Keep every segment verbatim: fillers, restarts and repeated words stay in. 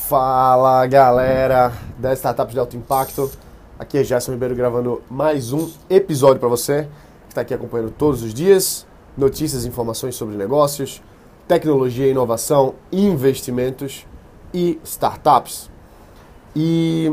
Fala galera das startups de alto impacto, aqui é Gerson Ribeiro gravando mais um episódio para você que está aqui acompanhando todos os dias, notícias e informações sobre negócios, tecnologia, inovação, investimentos e startups. E,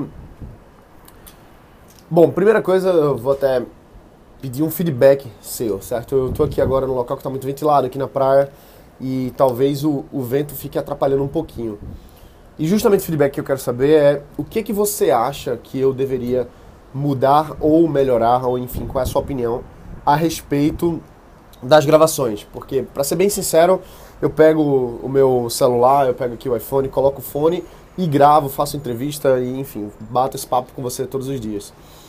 bom, primeira coisa eu vou até pedir um feedback seu, certo? Eu estou aqui agora num local que está muito ventilado, aqui na praia, e talvez o, o vento fique atrapalhando um pouquinho. E justamente o feedback que eu quero saber é o que, que você acha que eu deveria mudar ou melhorar, ou enfim, qual é a sua opinião a respeito das gravações. Porque, para ser bem sincero, eu pego o meu celular, eu pego aqui o iPhone, coloco o fone e gravo, faço entrevista e, enfim, bato esse papo com você todos os dias.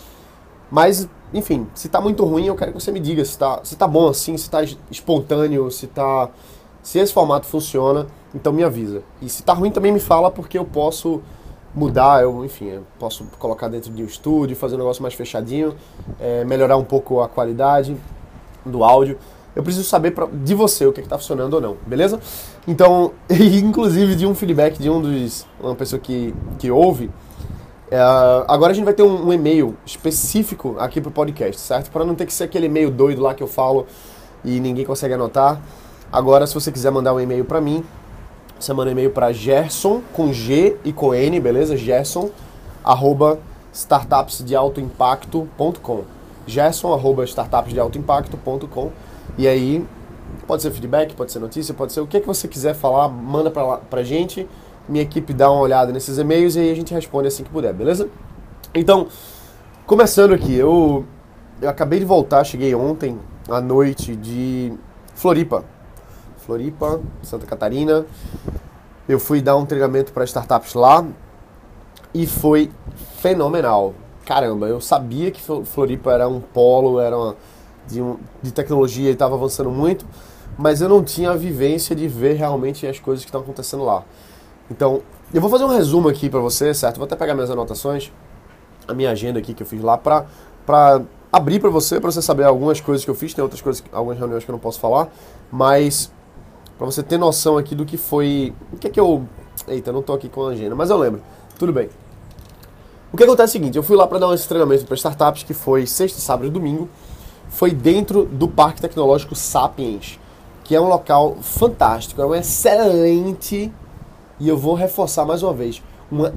Mas, enfim, se tá muito ruim, eu quero que você me diga se tá, se tá bom assim, se tá espontâneo, se tá... Se esse formato funciona, então me avisa. E se tá ruim também me fala, porque eu posso mudar, eu, enfim, eu posso colocar dentro de um estúdio, fazer um negócio mais fechadinho, é, melhorar um pouco a qualidade do áudio. Eu preciso saber pra, de você o que, que tá funcionando ou não, beleza? Então, inclusive de um feedback de um dos, uma pessoa que, que ouve, é, agora a gente vai ter um, um e-mail específico aqui pro podcast, certo? Para não ter que ser aquele e-mail doido lá que eu falo e ninguém consegue anotar. Agora, se você quiser mandar um e-mail para mim, você manda um e-mail para Gerson, com G e com N, beleza? Gerson, arroba startupsdealtoimpacto ponto com. Gerson, arroba startupsdealtoimpacto ponto com. E aí, pode ser feedback, pode ser notícia, pode ser o que, que você quiser falar, manda pra, lá, pra gente. Minha equipe dá uma olhada nesses e-mails e aí a gente responde assim que puder, beleza? Então, começando aqui, eu, eu acabei de voltar, cheguei ontem à noite de Floripa. Floripa, Santa Catarina. Eu fui dar um treinamento para startups lá e foi fenomenal. Caramba, eu sabia que Floripa era um polo, era uma, de, um, de tecnologia e estava avançando muito, mas eu não tinha a vivência de ver realmente as coisas que estão acontecendo lá. Então, eu vou fazer um resumo aqui para você, certo? Vou até pegar minhas anotações, a minha agenda aqui que eu fiz lá para para abrir para você, para você saber algumas coisas que eu fiz, tem outras coisas, algumas reuniões que eu não posso falar, mas pra você ter noção aqui do que foi... O que é que eu... Eita, eu não tô aqui com a agenda, mas eu lembro. Tudo bem. O que acontece é o seguinte, eu fui lá pra dar esse treinamento para startups, que foi sexta, sábado e domingo. Foi dentro do Parque Tecnológico Sapiens, que é um local fantástico, é um excelente... E eu vou reforçar mais uma vez, uma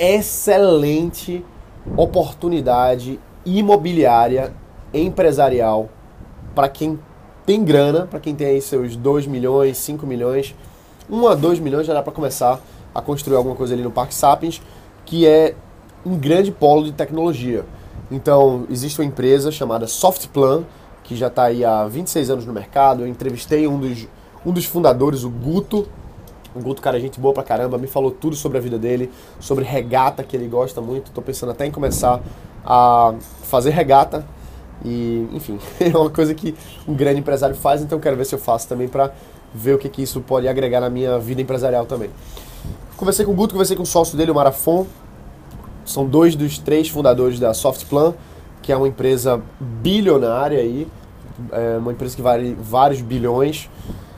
excelente oportunidade imobiliária, empresarial, para quem tem grana, para quem tem aí seus dois milhões, cinco milhões, um a dois milhões já dá para começar a construir alguma coisa ali no Parque Sapiens, que é um grande polo de tecnologia. Então, existe uma empresa chamada Softplan, que já está aí há vinte e seis anos no mercado. Eu entrevistei um dos, um dos fundadores, o Guto. O Guto, cara, gente boa pra caramba, me falou tudo sobre a vida dele, sobre regata, que ele gosta muito. Estou pensando até em começar a fazer regata. E, enfim, é uma coisa que um grande empresário faz, então quero ver se eu faço também para ver o que, que isso pode agregar na minha vida empresarial também. Conversei com o Guto, conversei com o sócio dele, o Marafon. São dois dos três fundadores da Softplan, que é uma empresa bilionária aí, é uma empresa que vale vários bilhões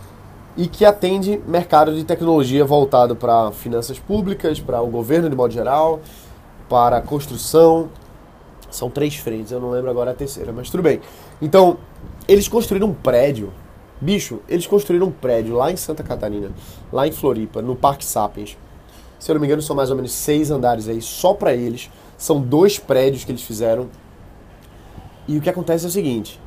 e que atende mercado de tecnologia voltado para finanças públicas, para o governo de modo geral, para construção. São três frentes, eu não lembro agora a terceira, mas tudo bem. Então, eles construíram um prédio. Bicho, eles construíram um prédio lá em Santa Catarina, lá em Floripa, no Parque Sapiens. Se eu não me engano, são mais ou menos seis andares aí, só pra eles. São dois prédios que eles fizeram. E o que acontece é o seguinte.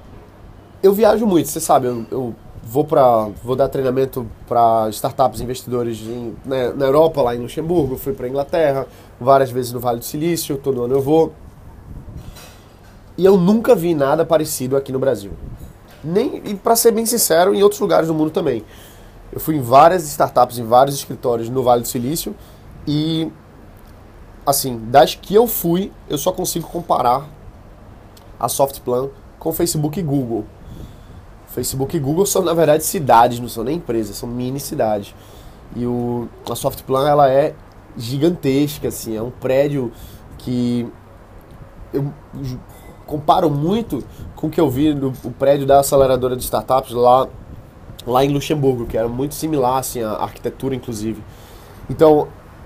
Eu viajo muito, você sabe, eu, eu vou, pra, vou dar treinamento para startups, investidores em, né, na Europa, lá em Luxemburgo, fui pra Inglaterra, várias vezes no Vale do Silício, todo ano eu vou. E eu nunca vi nada parecido aqui no Brasil. Nem, e para ser bem sincero, em outros lugares do mundo também. Eu fui em várias startups, em vários escritórios no Vale do Silício e, assim, das que eu fui, eu só consigo comparar a Softplan com Facebook e Google. Facebook e Google são, na verdade, cidades, não são nem empresas, são mini cidades. E o, a Softplan, ela é gigantesca, assim, é um prédio que... Eu, comparo muito com o que eu vi no o prédio da aceleradora de startups lá, lá em Luxemburgo, que era muito similar assim, a arquitetura, inclusive. Então,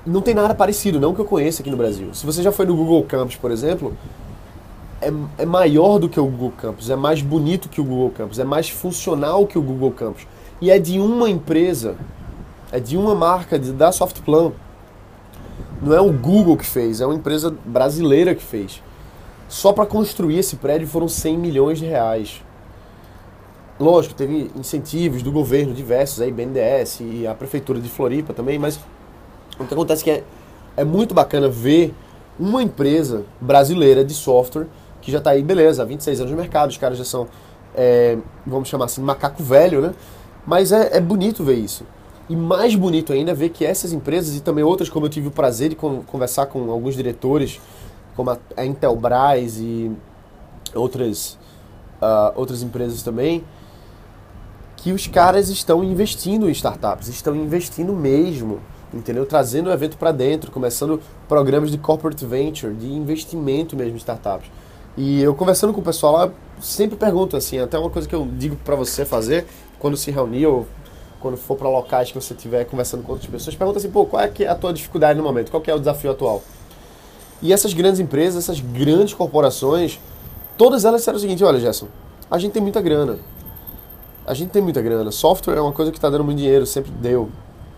não tem nada parecido, não que eu conheça aqui no Brasil. Se você já foi no Google Campus, por exemplo, é, é maior do que o Google Campus, é mais bonito que o Google Campus, é mais funcional que o Google Campus. E é de uma empresa, é de uma marca, de, da Softplan. Não é o Google que fez, é uma empresa brasileira que fez. Só para construir esse prédio foram cem milhões de reais. Lógico, teve incentivos do governo diversos, aí, B N D E S e a Prefeitura de Floripa também, mas o que acontece é que é, é muito bacana ver uma empresa brasileira de software que já está aí, beleza, há vinte e seis anos no mercado, os caras já são, é, vamos chamar assim, macaco velho, né? Mas é, é bonito ver isso. E mais bonito ainda é ver que essas empresas e também outras, como eu tive o prazer de conversar com alguns diretores, como a Intelbras e outras, uh, outras empresas também, que os caras estão investindo em startups, estão investindo mesmo, entendeu? Trazendo o evento para dentro, começando programas de corporate venture, de investimento mesmo em startups. E eu conversando com o pessoal lá, sempre pergunto assim, até uma coisa que eu digo para você fazer quando se reunir ou quando for para locais que você estiver conversando com outras pessoas, pergunta assim, pô, qual é, que é a tua dificuldade no momento? Qual que é o desafio atual? E essas grandes empresas, essas grandes corporações, todas elas disseram o seguinte, olha, Gerson, a gente tem muita grana. A gente tem muita grana. Software é uma coisa que está dando muito dinheiro, sempre deu.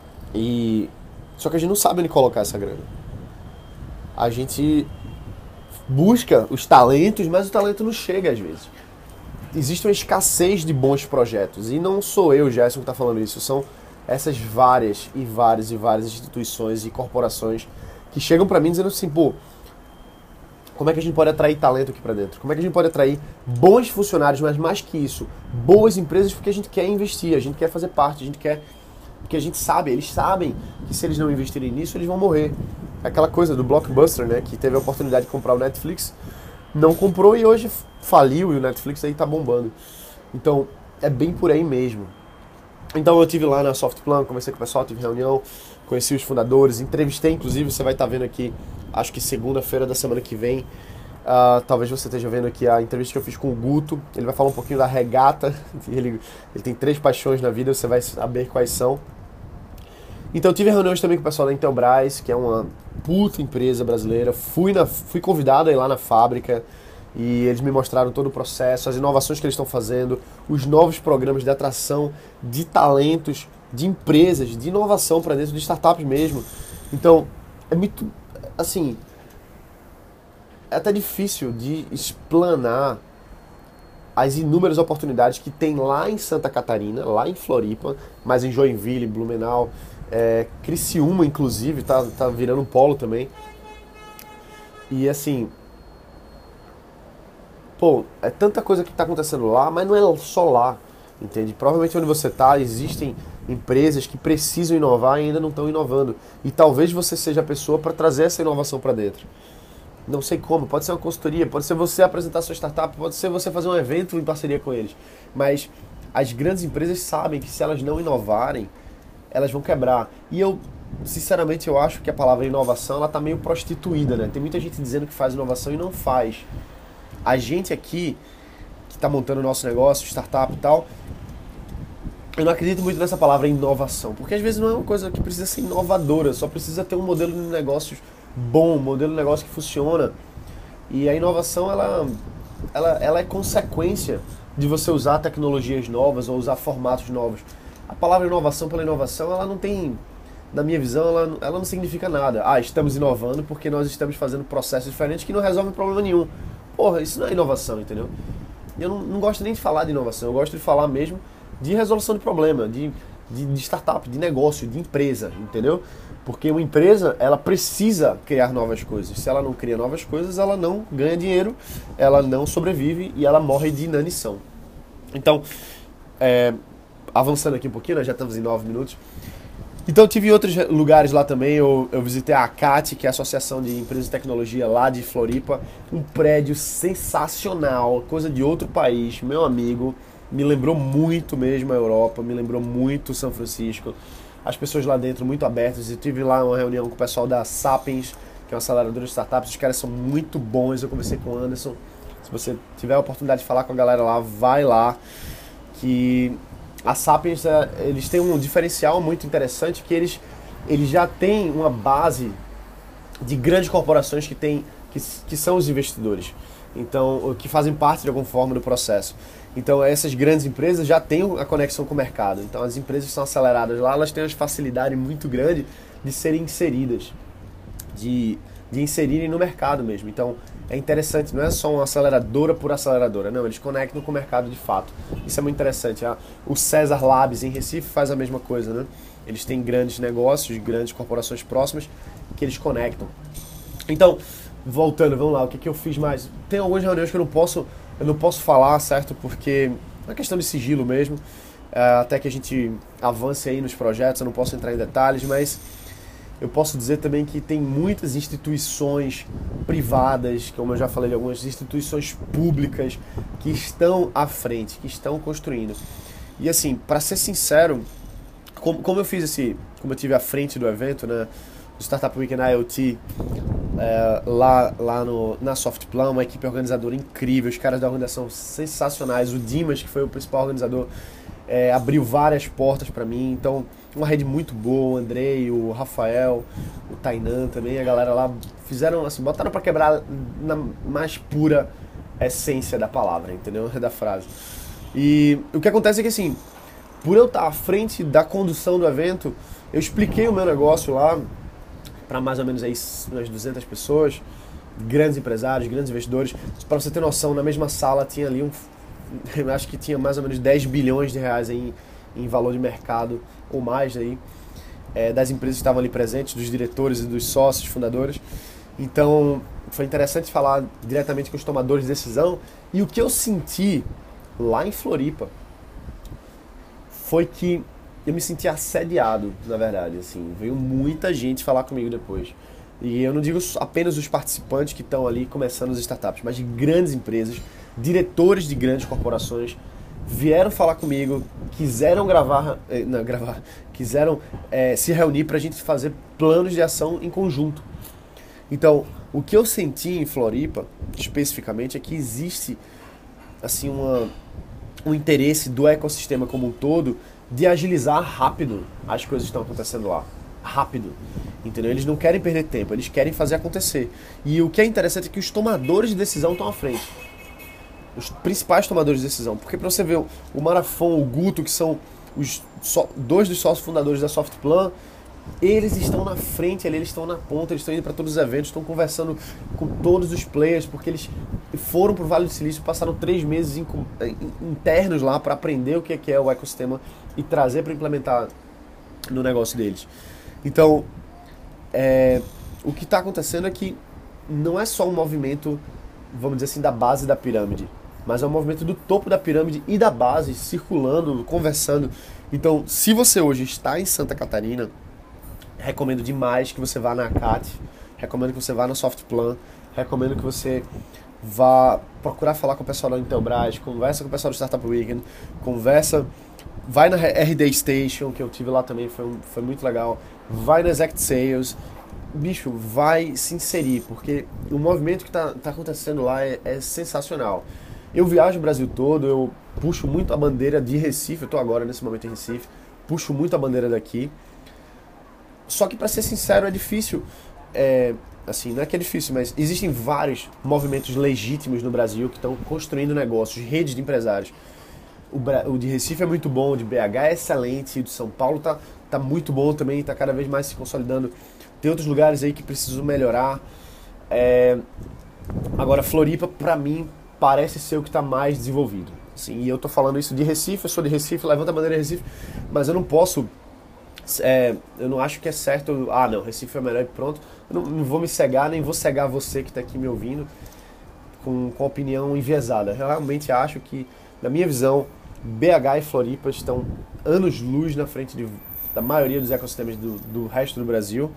E só que a gente não sabe onde colocar essa grana. A gente busca os talentos, mas o talento não chega às vezes. Existe uma escassez de bons projetos. E não sou eu, Gerson, que está falando isso. São essas várias e várias e várias instituições e corporações que chegam para mim dizendo assim, pô, como é que a gente pode atrair talento aqui para dentro? Como é que a gente pode atrair bons funcionários, mas mais que isso, boas empresas, porque a gente quer investir, a gente quer fazer parte, a gente quer... Porque a gente sabe, eles sabem que se eles não investirem nisso, eles vão morrer. Aquela coisa do Blockbuster, né, que teve a oportunidade de comprar o Netflix, não comprou e hoje faliu e o Netflix aí tá bombando. Então, é bem por aí mesmo. Então eu tive lá na Softplan, conversei com o pessoal, tive reunião, conheci os fundadores, entrevistei, inclusive, você vai estar vendo aqui, acho que segunda-feira da semana que vem, uh, talvez você esteja vendo aqui a entrevista que eu fiz com o Guto, ele vai falar um pouquinho da regata, ele, ele tem três paixões na vida, você vai saber quais são. Então eu tive reuniões também com o pessoal da Intelbras, que é uma puta empresa brasileira, fui, na, fui convidado a ir lá na fábrica, e eles me mostraram todo o processo, as inovações que eles estão fazendo, os novos programas de atração de talentos, de empresas, de inovação para dentro de startups mesmo. Então, é muito, assim, é até difícil de explanar as inúmeras oportunidades que tem lá em Santa Catarina, lá em Floripa, mas em Joinville, Blumenau, é, Criciúma, inclusive, tá, tá virando um polo também. E assim, pô, é tanta coisa que está acontecendo lá, mas não é só lá, entende? Provavelmente onde você está, existem empresas que precisam inovar e ainda não estão inovando. E talvez você seja a pessoa para trazer essa inovação para dentro. Não sei como, pode ser uma consultoria, pode ser você apresentar sua startup, pode ser você fazer um evento em parceria com eles. Mas as grandes empresas sabem que se elas não inovarem, elas vão quebrar. E eu, sinceramente, eu acho que a palavra inovação, ela está meio prostituída, né? Tem muita gente dizendo que faz inovação e não faz. A gente aqui, que está montando o nosso negócio, startup e tal, eu não acredito muito nessa palavra inovação, porque às vezes não é uma coisa que precisa ser inovadora, só precisa ter um modelo de negócios bom, um modelo de negócio que funciona. E a inovação, ela, ela, ela é consequência de você usar tecnologias novas ou usar formatos novos. A palavra inovação pela inovação, ela não tem, na minha visão, ela, ela não significa nada. Ah, estamos inovando porque nós estamos fazendo processos diferentes que não resolvem problema nenhum. Porra, isso não é inovação, entendeu? Eu não, não gosto nem de falar de inovação, eu gosto de falar mesmo de resolução de problema, de, de, de startup, de negócio, de empresa, entendeu? Porque uma empresa, ela precisa criar novas coisas. Se ela não cria novas coisas, ela não ganha dinheiro, ela não sobrevive e ela morre de inanição. Então, é, avançando aqui um pouquinho, nós já estamos em nove minutos. Então eu tive em outros lugares lá também, eu, eu visitei a ACAT, que é a Associação de Empresas de Tecnologia lá de Floripa, um prédio sensacional, coisa de outro país, meu amigo, me lembrou muito mesmo a Europa, me lembrou muito São Francisco, as pessoas lá dentro muito abertas, eu tive lá uma reunião com o pessoal da Sapiens, que é uma aceleradora de startups, os caras são muito bons, eu conversei com o Anderson, se você tiver a oportunidade de falar com a galera lá, vai lá, que... A Sapiens, eles têm um diferencial muito interessante, que eles, ele já tem uma base de grandes corporações que, tem, que, que são os investidores, então, que fazem parte de alguma forma do processo. Então essas grandes empresas já têm a conexão com o mercado, então as empresas que são aceleradas lá, elas têm uma facilidade muito grande de serem inseridas, de, de inserirem no mercado mesmo. Então é interessante, não é só uma aceleradora por aceleradora, não, eles conectam com o mercado de fato. Isso é muito interessante. O César Labs em Recife faz a mesma coisa, né? Eles têm grandes negócios, grandes corporações próximas que eles conectam. Então, voltando, vamos lá, o que, que eu fiz mais? Tem algumas reuniões que eu não posso, eu não posso falar, certo? Porque é uma questão de sigilo mesmo, até que a gente avance aí nos projetos, eu não posso entrar em detalhes, mas eu posso dizer também que tem muitas instituições privadas, como eu já falei, algumas instituições públicas que estão à frente, que estão construindo. E assim, para ser sincero, como, como eu fiz esse, como eu tive à frente do evento, né, do Startup Weekend I O T, é, lá, lá no, na Softplan, uma equipe organizadora incrível, os caras da organização sensacionais, o Dimas, que foi o principal organizador, é, abriu várias portas para mim, então uma rede muito boa, o Andrei, o Rafael, o Tainan também, a galera lá fizeram assim, botaram para quebrar na mais pura essência da palavra, entendeu? Da frase. E o que acontece é que assim, por eu estar à frente da condução do evento, eu expliquei o meu negócio lá para mais ou menos aí umas duzentas pessoas, grandes empresários, grandes investidores. Para você ter noção, na mesma sala tinha ali um, eu acho que tinha mais ou menos dez bilhões de reais aí em, em valor de mercado ou mais aí, é, das empresas que estavam ali presentes, dos diretores e dos sócios, fundadores. Então foi interessante falar diretamente com os tomadores de decisão. E o que eu senti lá em Floripa foi que eu me senti assediado, na verdade, assim, veio muita gente falar comigo depois. E eu não digo apenas os participantes que estão ali começando as startups, mas de grandes empresas, diretores de grandes corporações, vieram falar comigo, quiseram gravar, eh, não, gravar, quiseram eh, se reunir para a gente fazer planos de ação em conjunto. Então, o que eu senti em Floripa, especificamente, é que existe, assim, uma, um interesse do ecossistema como um todo de agilizar rápido as coisas que estão acontecendo lá. Rápido. Entendeu? Eles não querem perder tempo, eles querem fazer acontecer. E o que é interessante é que os tomadores de decisão estão à frente. Os principais tomadores de decisão. Porque para você ver, o Marafon, o Guto, que são os so, dois dos sócios fundadores da Softplan, eles estão na frente ali, eles estão na ponta, eles estão indo para todos os eventos, estão conversando com todos os players, porque eles foram para o Vale do Silício, passaram três meses in, in, internos lá para aprender o que é o ecossistema e trazer para implementar no negócio deles. Então, é, o que está acontecendo é que não é só um movimento, vamos dizer assim, da base da pirâmide, mas é um movimento do topo da pirâmide e da base, circulando, conversando. Então, se você hoje está em Santa Catarina, recomendo demais que você vá na A C A T, recomendo que você vá na Softplan, recomendo que você vá procurar falar com o pessoal da Intelbras, conversa com o pessoal do Startup Weekend, conversa, vai na R D Station, que eu tive lá também, foi, foi muito legal, vai na Exact Sales, bicho, vai se inserir, porque o movimento que está tá acontecendo lá é, é sensacional. Eu viajo o Brasil todo, eu puxo muito a bandeira de Recife, eu estou agora nesse momento em Recife, puxo muito a bandeira daqui. Só que, para ser sincero, é difícil, é, assim, não é que é difícil, mas existem vários movimentos legítimos no Brasil que estão construindo negócios, redes de empresários. O, o de Recife é muito bom, o de B H é excelente, o de São Paulo tá, tá muito bom também, tá cada vez mais se consolidando. Tem outros lugares aí que precisam melhorar. É, agora, Floripa, para mim, parece ser o que está mais desenvolvido. Assim, e eu tô falando isso de Recife, eu sou de Recife, levanta a bandeira de Recife, mas eu não posso... É, eu não acho que é certo, ah não, Recife é melhor e pronto. Eu não, não vou me cegar, nem vou cegar você que está aqui me ouvindo com, com opinião enviesada. Eu realmente acho que, na minha visão, B H e Floripa estão anos-luz na frente de, da maioria dos ecossistemas do, do resto do Brasil.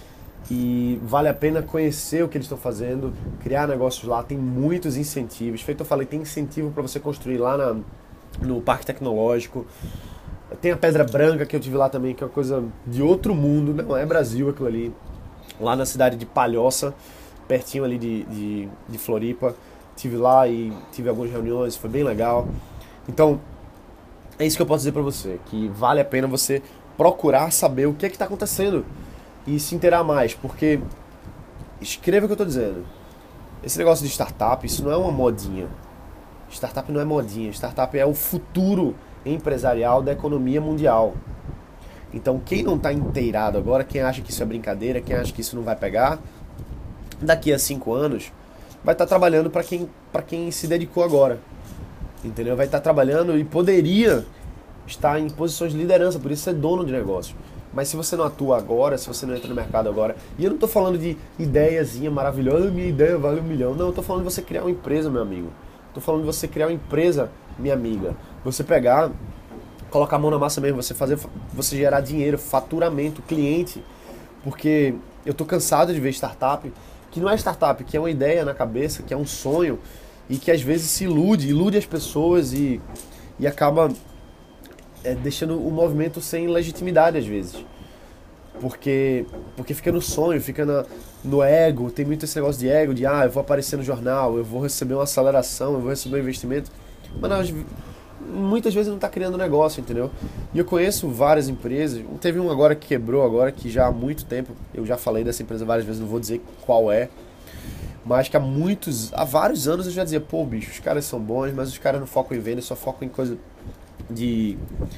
E vale a pena conhecer o que eles estão fazendo, criar negócios lá, tem muitos incentivos. Feito eu falei, tem incentivo para você construir lá na, no Parque Tecnológico. Tem a Pedra Branca que eu tive lá também, que é uma coisa de outro mundo, não é Brasil aquilo ali. Lá na cidade de Palhoça, pertinho ali de, de, de Floripa. Tive lá e tive algumas reuniões, foi bem legal. Então, é isso que eu posso dizer pra você, que vale a pena você procurar saber o que é que está acontecendo e se inteirar mais, porque escreva o que eu estou dizendo. Esse negócio de startup, isso não é uma modinha. Startup não é modinha. Startup é o futuro empresarial da economia mundial. Então, quem não está inteirado agora, quem acha que isso é brincadeira, quem acha que isso não vai pegar, daqui a cinco anos, vai estar trabalhando para quem, para quem se dedicou agora. Entendeu? Vai estar trabalhando e poderia estar em posições de liderança, por isso é dono de negócio. Mas se você não atua agora, se você não entra no mercado agora, e eu não estou falando de ideiazinha maravilhosa, minha ideia vale um milhão. Não, eu estou falando de você criar uma empresa, meu amigo. Estou falando de você criar uma empresa, minha amiga. Você pegar, colocar a mão na massa mesmo, você fazer, você gerar dinheiro, faturamento, cliente. Porque eu estou cansado de ver startup, que não é startup, que é uma ideia na cabeça, que é um sonho, e que às vezes se ilude, ilude as pessoas e, e acaba... É, deixando o movimento sem legitimidade às vezes. Porque, porque fica no sonho, fica na, no ego, tem muito esse negócio de ego, de ah, eu vou aparecer no jornal, eu vou receber uma aceleração, eu vvou receber um investimento. Mas não, muitas vezes não está criando negócio, entendeu? E eu conheço várias empresas, teve um agora que quebrou agora, que já há muito tempo, eu já falei dessa empresa várias vezes, não vou dizer qual é, mas que há muitos, há vários anos eu já dizia, pô bicho, os caras são bons, mas os caras não focam em venda, só focam em coisa... de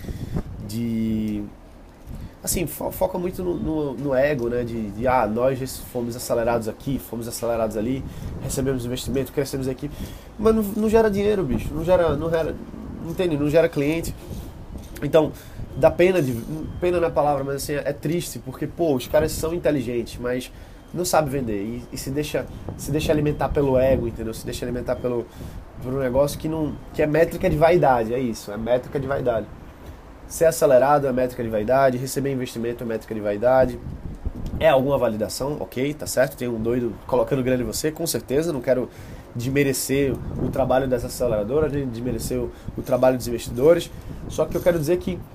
de assim, fo foca muito no, no, no ego, né, de, de ah, nós fomos acelerados aqui, fomos acelerados ali, recebemos investimento, crescemos aqui, mas não, não gera dinheiro, bicho, não gera, não gera, entende, não gera cliente. Então, dá pena, de, pena na palavra, mas assim, é triste, porque, pô, os caras são inteligentes, mas não sabem vender e, e se deixa se deixa alimentar pelo ego, entendeu? Se deixa alimentar pelo por um negócio que não que é métrica de vaidade, é isso, é métrica de vaidade. Ser acelerado é métrica de vaidade, receber investimento é métrica de vaidade. É alguma validação, ok, tá certo? Tem um doido colocando grana em você, com certeza, não quero desmerecer o trabalho das aceleradoras, nem desmerecer o, o trabalho dos investidores, só que eu quero dizer que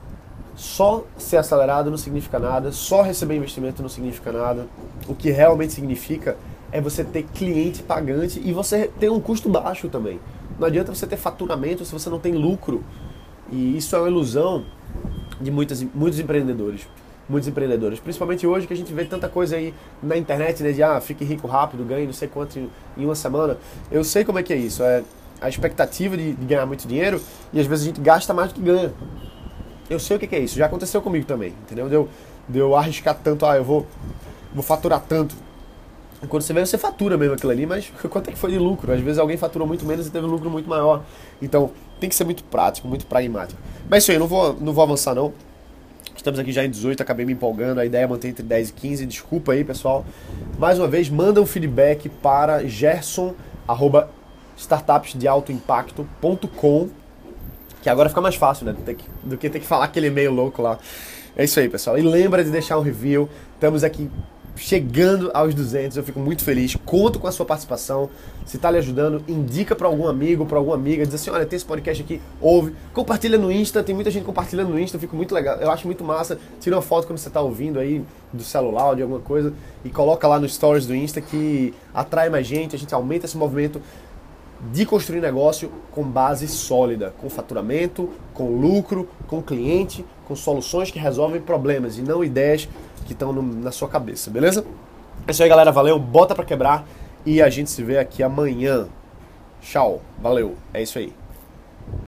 só ser acelerado não significa nada, só receber investimento não significa nada. O que realmente significa é você ter cliente pagante e você ter um custo baixo também. Não adianta você ter faturamento se você não tem lucro. E isso é uma ilusão de muitas, muitos empreendedores. Muitos empreendedores. Principalmente hoje que a gente vê tanta coisa aí na internet, né? De ah, fique rico rápido, ganhe não sei quanto em, em uma semana. Eu sei como é que é isso. É a expectativa de, de ganhar muito dinheiro e às vezes a gente gasta mais do que ganha. Eu sei o que é isso, já aconteceu comigo também, entendeu? De eu, de eu arriscar tanto, ah, eu vou, vou faturar tanto. E quando você vê, você fatura mesmo aquilo ali, mas quanto é que foi de lucro? Às vezes alguém faturou muito menos e teve um lucro muito maior. Então, tem que ser muito prático, muito pragmático. Mas isso aí, eu não vou, não vou avançar não. Estamos aqui já em dezoito, acabei me empolgando, a ideia é manter entre dez e quinze, desculpa aí, pessoal. Mais uma vez, manda um feedback para gerson arroba startups de alto impacto ponto com. Que agora fica mais fácil, né? Do, ter que, do que ter que falar aquele e-mail louco lá. É isso aí, pessoal. E lembra de deixar um review. Estamos aqui chegando aos duzentos. Eu fico muito feliz. Conto com a sua participação. Se está lhe ajudando, indica para algum amigo, para alguma amiga. Diz assim, olha, tem esse podcast aqui, ouve. Compartilha no Insta. Tem muita gente compartilhando no Insta. Eu fico muito legal. Eu acho muito massa. Tira uma foto quando você está ouvindo aí do celular ou de alguma coisa e coloca lá no Stories do Insta que atrai mais gente. A gente aumenta esse movimento de construir negócio com base sólida, com faturamento, com lucro, com cliente, com soluções que resolvem problemas e não ideias que estão na sua cabeça, beleza? É isso aí, galera, valeu, bota pra quebrar e a gente se vê aqui amanhã. Tchau, valeu, é isso aí.